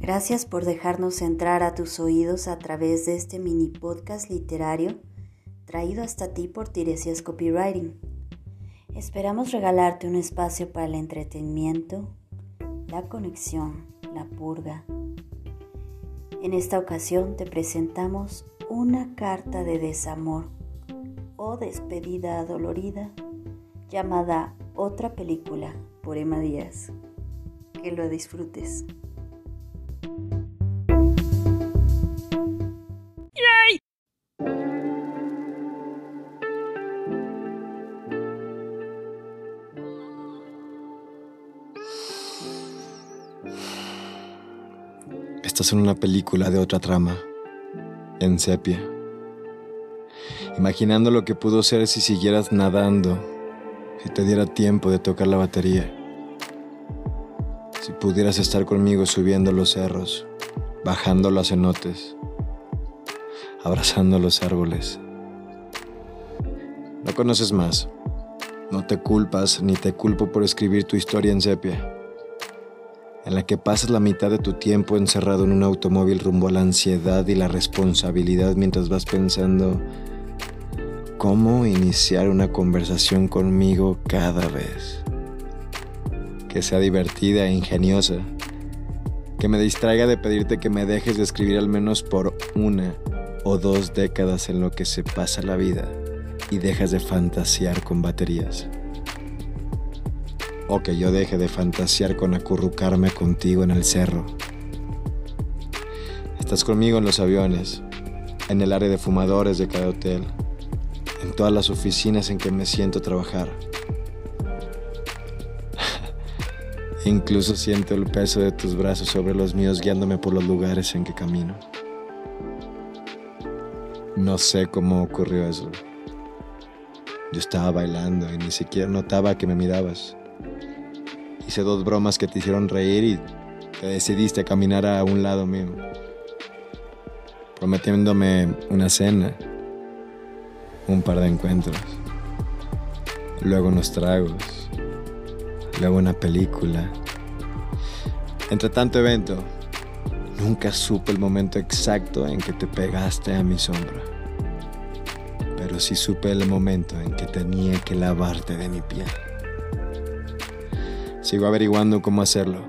Gracias por dejarnos entrar a tus oídos a través de este mini podcast literario traído hasta ti por Tiresias Copywriting. Esperamos regalarte un espacio para el entretenimiento, la conexión, la purga. En esta ocasión te presentamos una carta de desamor o despedida dolorida llamada Otra Película por Emma Díaz. Que lo disfrutes. Estás en una película de otra trama, en sepia, imaginando lo que pudo ser si siguieras nadando, si te diera tiempo de tocar la batería, si pudieras estar conmigo subiendo los cerros, bajando los cenotes, abrazando los árboles. No conoces más, no te culpas ni te culpo por escribir tu historia en sepia, en la que pasas la mitad de tu tiempo encerrado en un automóvil rumbo a la ansiedad y la responsabilidad mientras vas pensando cómo iniciar una conversación conmigo cada vez. Que sea divertida e ingeniosa, que me distraiga de pedirte que me dejes de escribir al menos por 1 o 2 décadas en lo que se pasa la vida y dejas de fantasear con baterías. O que yo deje de fantasear con acurrucarme contigo en el cerro. Estás conmigo en los aviones, en el área de fumadores de cada hotel, en todas las oficinas en que me siento a trabajar. Incluso siento el peso de tus brazos sobre los míos guiándome por los lugares en que camino. No sé cómo ocurrió eso. Yo estaba bailando y ni siquiera notaba que me mirabas. Hice 2 bromas que te hicieron reír y te decidiste a caminar a un lado mío, prometiéndome una cena, un par de encuentros, luego unos tragos, luego una película. Entre tanto evento, nunca supe el momento exacto en que te pegaste a mi sombra, pero sí supe el momento en que tenía que lavarte de mi piel. Sigo averiguando cómo hacerlo.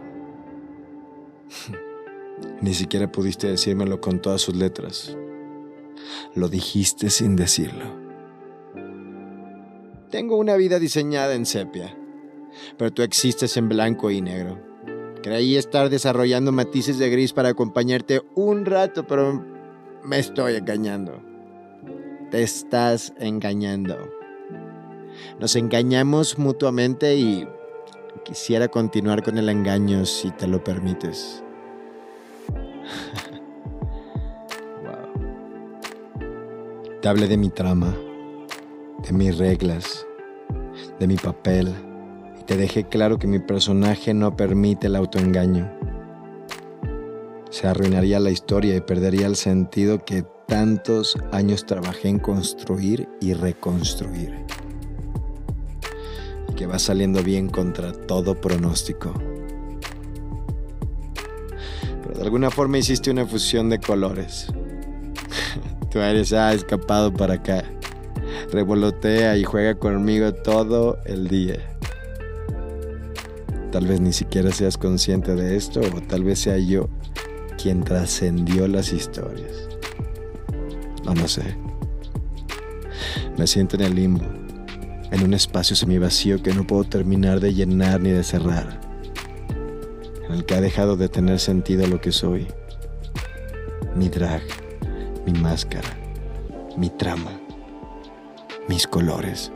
Ni siquiera pudiste decírmelo con todas sus letras. Lo dijiste sin decirlo. Tengo una vida diseñada en sepia, pero tú existes en blanco y negro. Creí estar desarrollando matices de gris para acompañarte un rato, pero me estoy engañando. Te estás engañando. Nos engañamos mutuamente y quisiera continuar con el engaño si te lo permites. Wow. Te hablé de mi trama, de mis reglas, de mi papel, y te dejé claro que mi personaje no permite el autoengaño. Se arruinaría la historia y perdería el sentido que tantos años trabajé en construir y reconstruir. Que va saliendo bien contra todo pronóstico. Pero de alguna forma hiciste una fusión de colores. Tu aire se ha escapado para acá. Revolotea y juega conmigo todo el día. Tal vez ni siquiera seas consciente de esto, o tal vez sea yo quien trascendió las historias. No sé. Me siento en el limbo, en un espacio semivacío que no puedo terminar de llenar ni de cerrar, en el que ha dejado de tener sentido lo que soy, mi drag, mi máscara, mi trama, mis colores.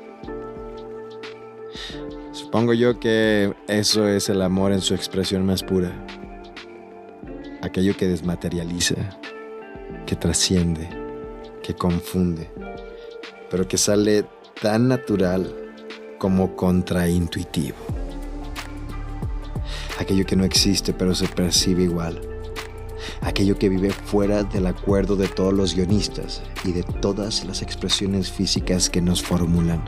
Supongo yo que eso es el amor en su expresión más pura, aquello que desmaterializa, que trasciende, que confunde, pero que sale tan natural como contraintuitivo. Aquello que no existe pero se percibe igual. Aquello que vive fuera del acuerdo de todos los guionistas y de todas las expresiones físicas que nos formulan.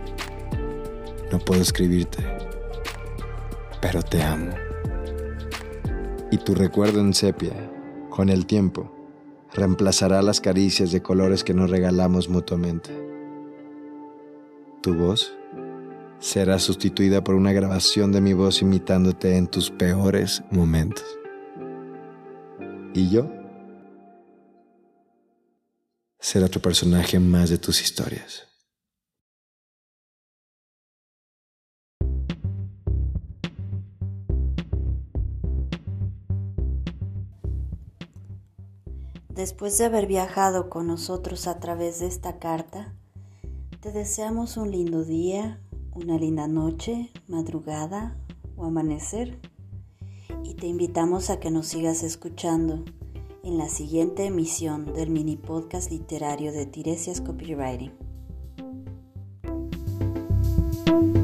No puedo escribirte, pero te amo. Y tu recuerdo en sepia, con el tiempo, reemplazará las caricias de colores que nos regalamos mutuamente. Tu voz será sustituida por una grabación de mi voz imitándote en tus peores momentos. Y yo seré otro personaje más de tus historias. Después de haber viajado con nosotros a través de esta carta, te deseamos un lindo día, una linda noche, madrugada o amanecer, y te invitamos a que nos sigas escuchando en la siguiente emisión del mini podcast literario de Tiresias Copywriting.